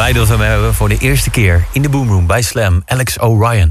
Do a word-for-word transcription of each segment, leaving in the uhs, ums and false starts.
blij dat we hem hebben voor de eerste keer in de Boomroom bij Slam, Alex O'Ryan.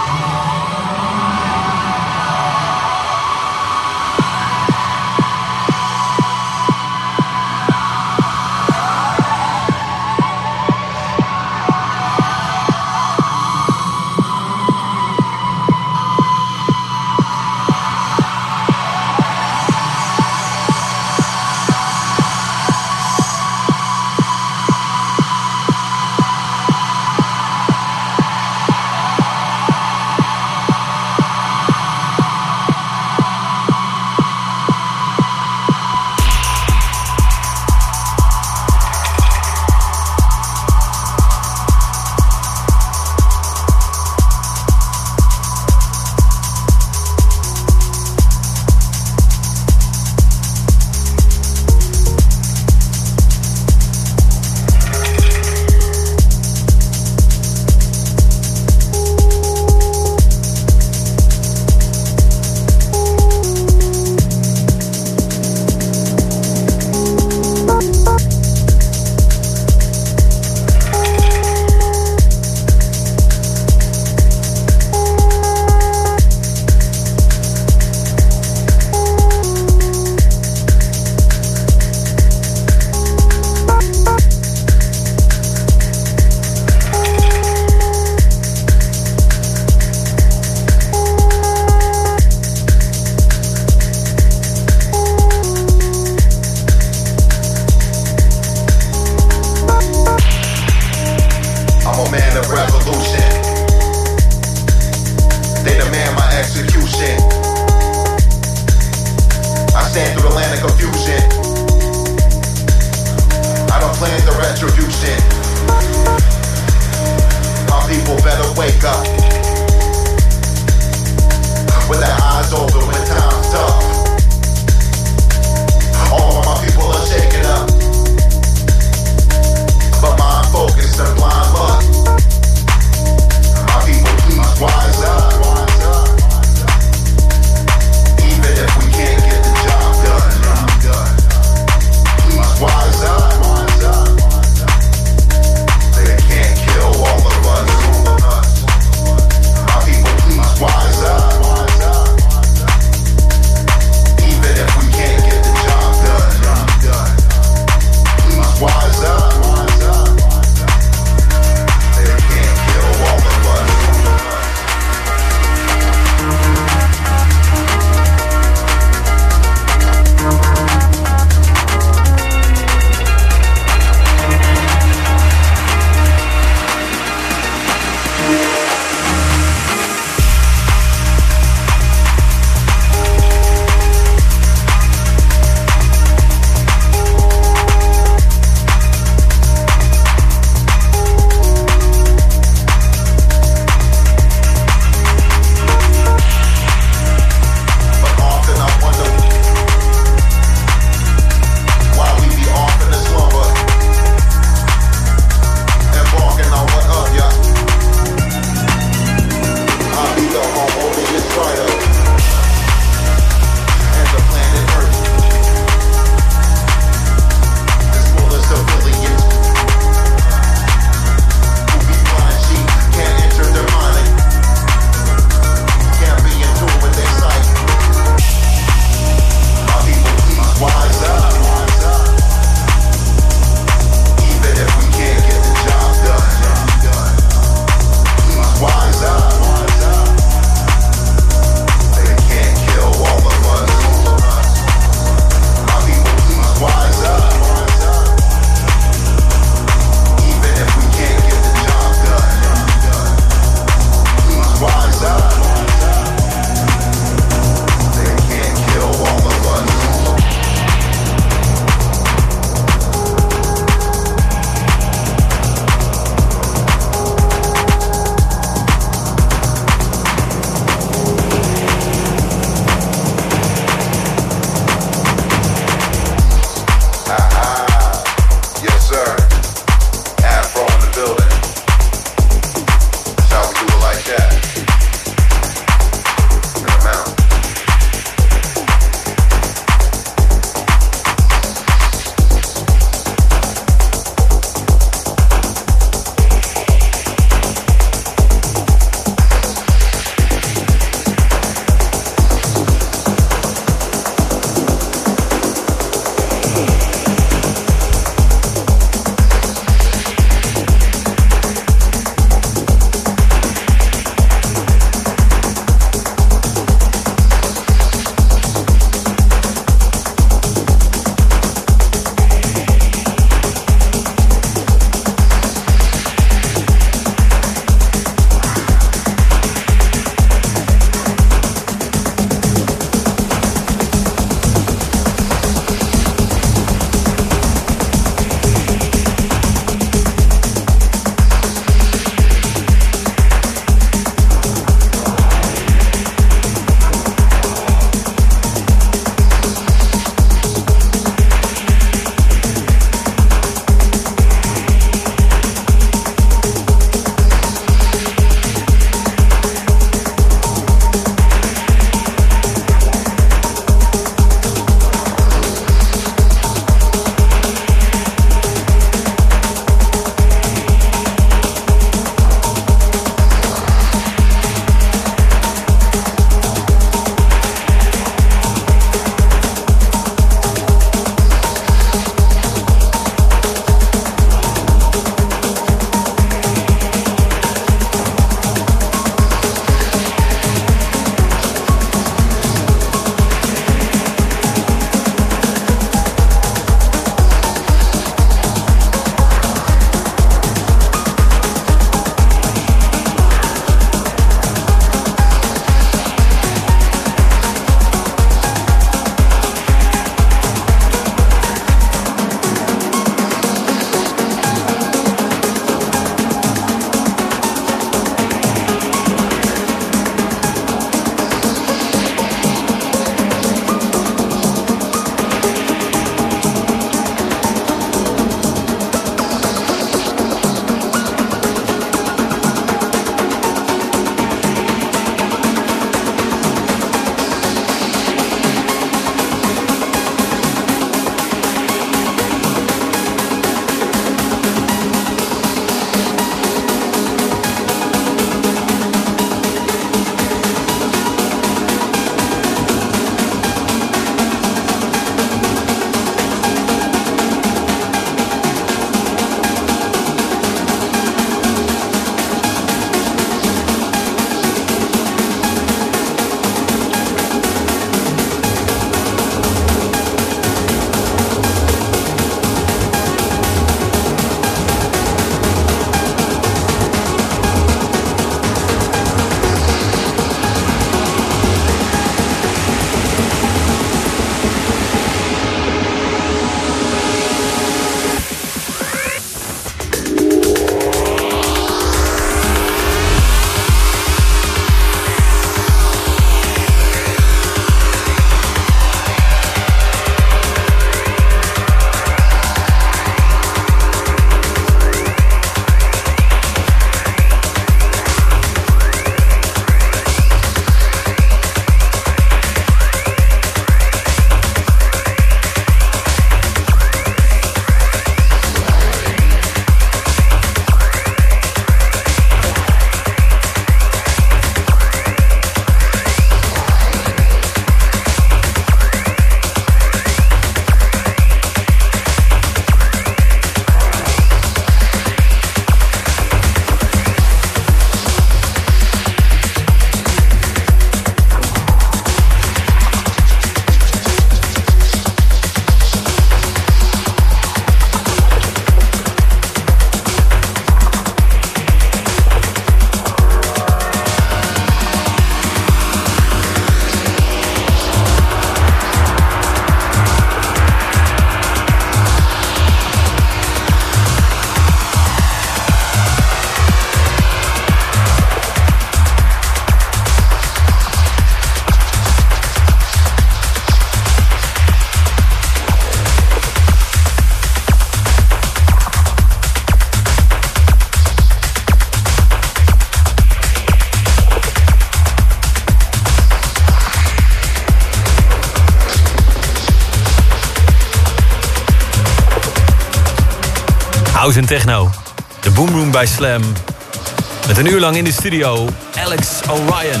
House en techno. De Boom Room bij Slam. Met een uur lang in de studio, Alex Orion.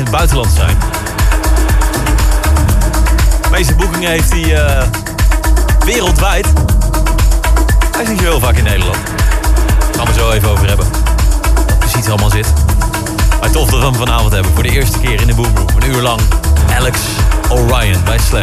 het buitenland zijn. De meeste boekingen heeft hij uh, wereldwijd. Hij is niet zo heel vaak in Nederland. Daar gaan we het zo even over hebben. Wat precies allemaal zit. Maar tof dat we hem vanavond hebben. Voor de eerste keer in de Boom Room. Een uur lang Alex Orion bij Slam.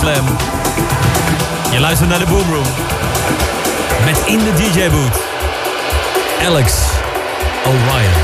Haarlem. Je luistert naar de Boom Room. Met in de D J booth Alex Orion.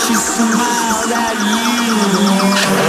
she smiled at you.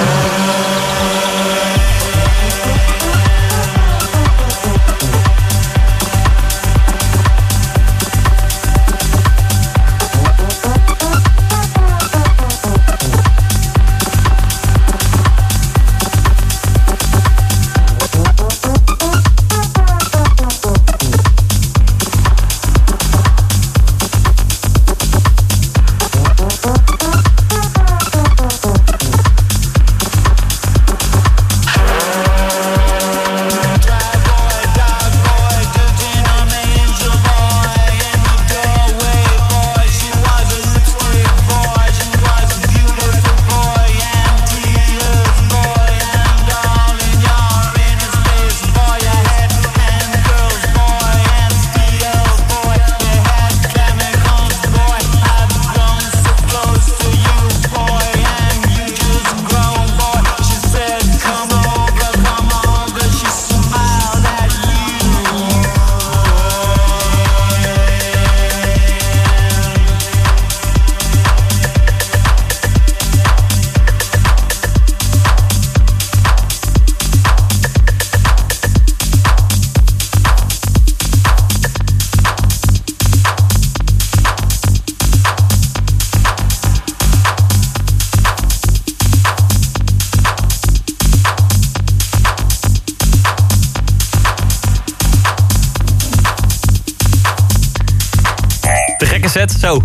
Set, zo.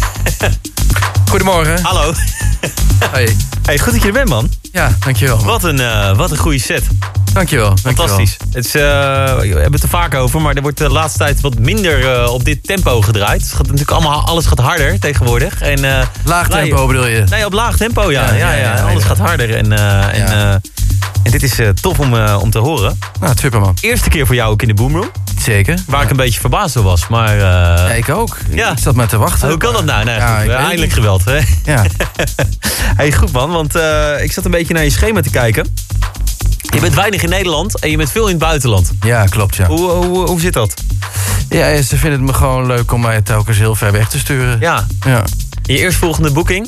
Goedemorgen. Hallo. Hey. Hey, goed dat je er bent, man. Ja, dankjewel. Wat een, uh, wat een goede set. Dankjewel. Fantastisch. Het is, uh, we hebben het er vaak over, maar er wordt de laatste tijd wat minder uh, op dit tempo gedraaid. Het gaat natuurlijk allemaal, alles gaat harder tegenwoordig. En, uh, laag tempo laag, bedoel je? Nee, op laag tempo, ja. ja, ja, ja, ja. ja Alles ja. gaat harder. En, uh, ja. en, uh, en dit is uh, tof om, uh, om te horen. Nou, super man. Eerste keer voor jou ook in de Boomroom. Zeker. Waar ja. ik een beetje verbaasd door was, maar... Uh, ja, ik ook. Ja. Ik zat maar te wachten. Hoe kan dat nou? Nee, ja, goed, eindelijk geweld, hè? Ja. Hey, goed man, want uh, ik zat een beetje naar je schema te kijken. Je bent weinig in Nederland en je bent veel in het buitenland. Ja, klopt, ja. Hoe, hoe, hoe zit dat? Ja, ze vinden het me gewoon leuk om mij telkens heel ver weg te sturen. Ja. ja. Je eerstvolgende boeking?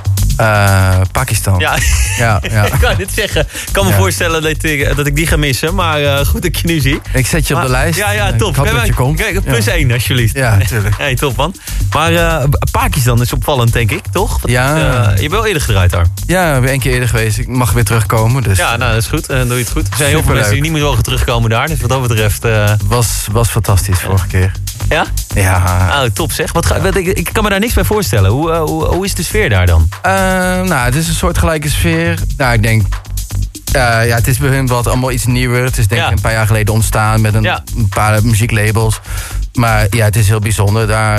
Uh, Pakistan. Ja, ja, ja. Ik kan dit zeggen. Ik kan me ja. voorstellen dat ik, dat ik die ga missen, maar uh, goed dat ik je nu zie. Ik zet je op maar, de lijst. Ja, ja, top. Ik hoop Kijk, dat je komt. Kijk, plus ja. één, alsjeblieft. Ja, natuurlijk. Hey, top man. Maar uh, Pakistan is opvallend, denk ik, toch? Dat ja. Is, uh, je hebt wel eerder gedraaid daar. Ja, ik ben één keer eerder geweest. Ik mag weer terugkomen. Dus. Ja, nou, dat is goed. Dan doe je het goed. Er zijn heel veel Superleuk. mensen die niet meer mogen terugkomen daar. Dus wat dat betreft... Uh... Was, was fantastisch vorige keer. Ja? Ja. Oh, top zeg. Wat ga, wat, ik, ik kan me daar niks bij voorstellen. Hoe, uh, hoe, hoe is de sfeer daar dan? Uh, nou, het is een soort gelijke sfeer. Nou, ik denk... Uh, ja, het is bij hun wat allemaal iets nieuwer. Het is denk ik ja. een paar jaar geleden ontstaan met een, ja. een paar muzieklabels. Maar ja, het is heel bijzonder daar.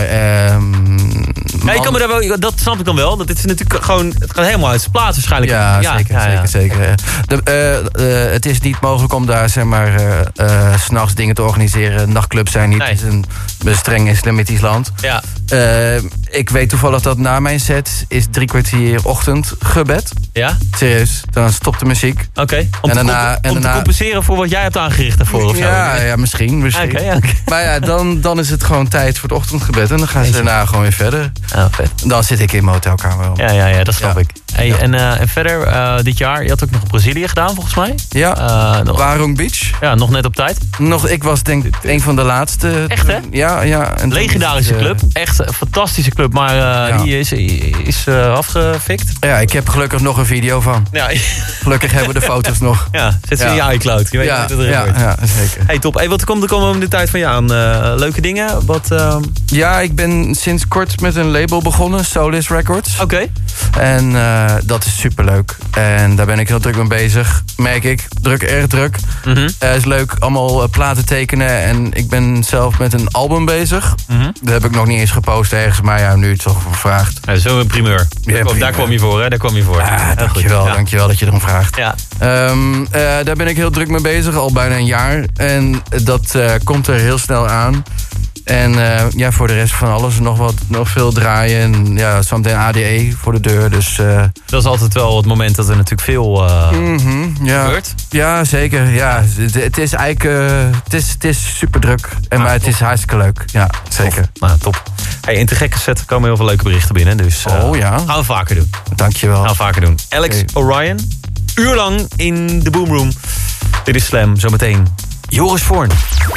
Um, ja, ik kan me daar wel, dat snap ik dan wel. Dat dit is natuurlijk gewoon, het gaat helemaal uit zijn plaats waarschijnlijk. Ja, ja zeker, ja, ja. zeker, zeker. De, uh, uh, het is niet mogelijk om daar, zeg maar, uh, uh, 's nachts dingen te organiseren. Nachtclubs zijn niet. Nee. Het is een, een streng islamitisch land. Ja. Uh, ik weet toevallig dat na mijn set is drie kwartier ochtendgebed. Ja? Serieus, dan stopt de muziek. Oké, okay. om, en te, daarna, comp- en om daarna... te compenseren voor wat jij hebt aangericht daarvoor of zo? Ja, ja misschien. misschien. Okay, okay. Maar ja, dan, dan is het gewoon tijd voor het ochtendgebed. En dan gaan ze daarna gewoon weer verder. Oh, vet. Dan zit ik in mijn hotelkamer. Ja, ja, ja, dat snap ja. ik. Hey, ja. en, uh, en verder, uh, dit jaar, je had ook nog op Brazilië gedaan volgens mij? Ja, uh, nog, Warung Beach. Ja, nog net op tijd. Nog, ik was denk ik een van de laatste. Echt hè? Ja, ja. En legendarische het, uh, club. Echt een fantastische club. Maar uh, ja. die is, is uh, afgefikt. Ja, ik heb gelukkig nog een video van. Ja. Gelukkig hebben we de foto's nog. Ja, zet ze ja. in je iCloud. Je weet ja, niet wat er ja, ja, zeker. Hey, top. Hey, wat komt er komende de tijd van je aan? Uh, leuke dingen? Wat, uh... Ja, ik ben sinds kort met een label begonnen. Solis Records. Oké. Okay. En uh, dat is superleuk. En daar ben ik heel druk mee bezig. Merk ik. Druk, erg druk. Mm-hmm. Uh, is leuk. Allemaal uh, platen tekenen. En ik ben zelf met een album bezig. Mm-hmm. Dat heb ik nog niet eens gepost ergens. Maar ja, nu het toch gevraagd. Ja, zo een primeur. Ja, daar, kwam, primeur. daar kwam je voor, hè? Daar kwam je voor. Ah, dankjewel, ja. dankjewel dat je erom vraagt. Ja. Um, uh, daar ben ik heel druk mee bezig. Al bijna een jaar. En dat uh, komt er heel snel aan. En uh, ja, voor de rest van alles nog wat, nog veel draaien. En ja, zometeen A D E voor de deur. Dus, uh... dat is altijd wel het moment dat er natuurlijk veel uh, mm-hmm, ja. gebeurt. Ja, zeker. Ja, het, het is eigenlijk uh, het is, het is super druk. En, ah, maar het is hartstikke leuk. Ja, zeker. Top. Nou, top. Hey, in te gekke set komen heel veel leuke berichten binnen. Dus uh, oh, ja. gaan we vaker doen. Dankjewel. Gaan we vaker doen. Alex okay. Orion, uurlang in de Boomroom. Dit is Slam. Zometeen Joris Voorn.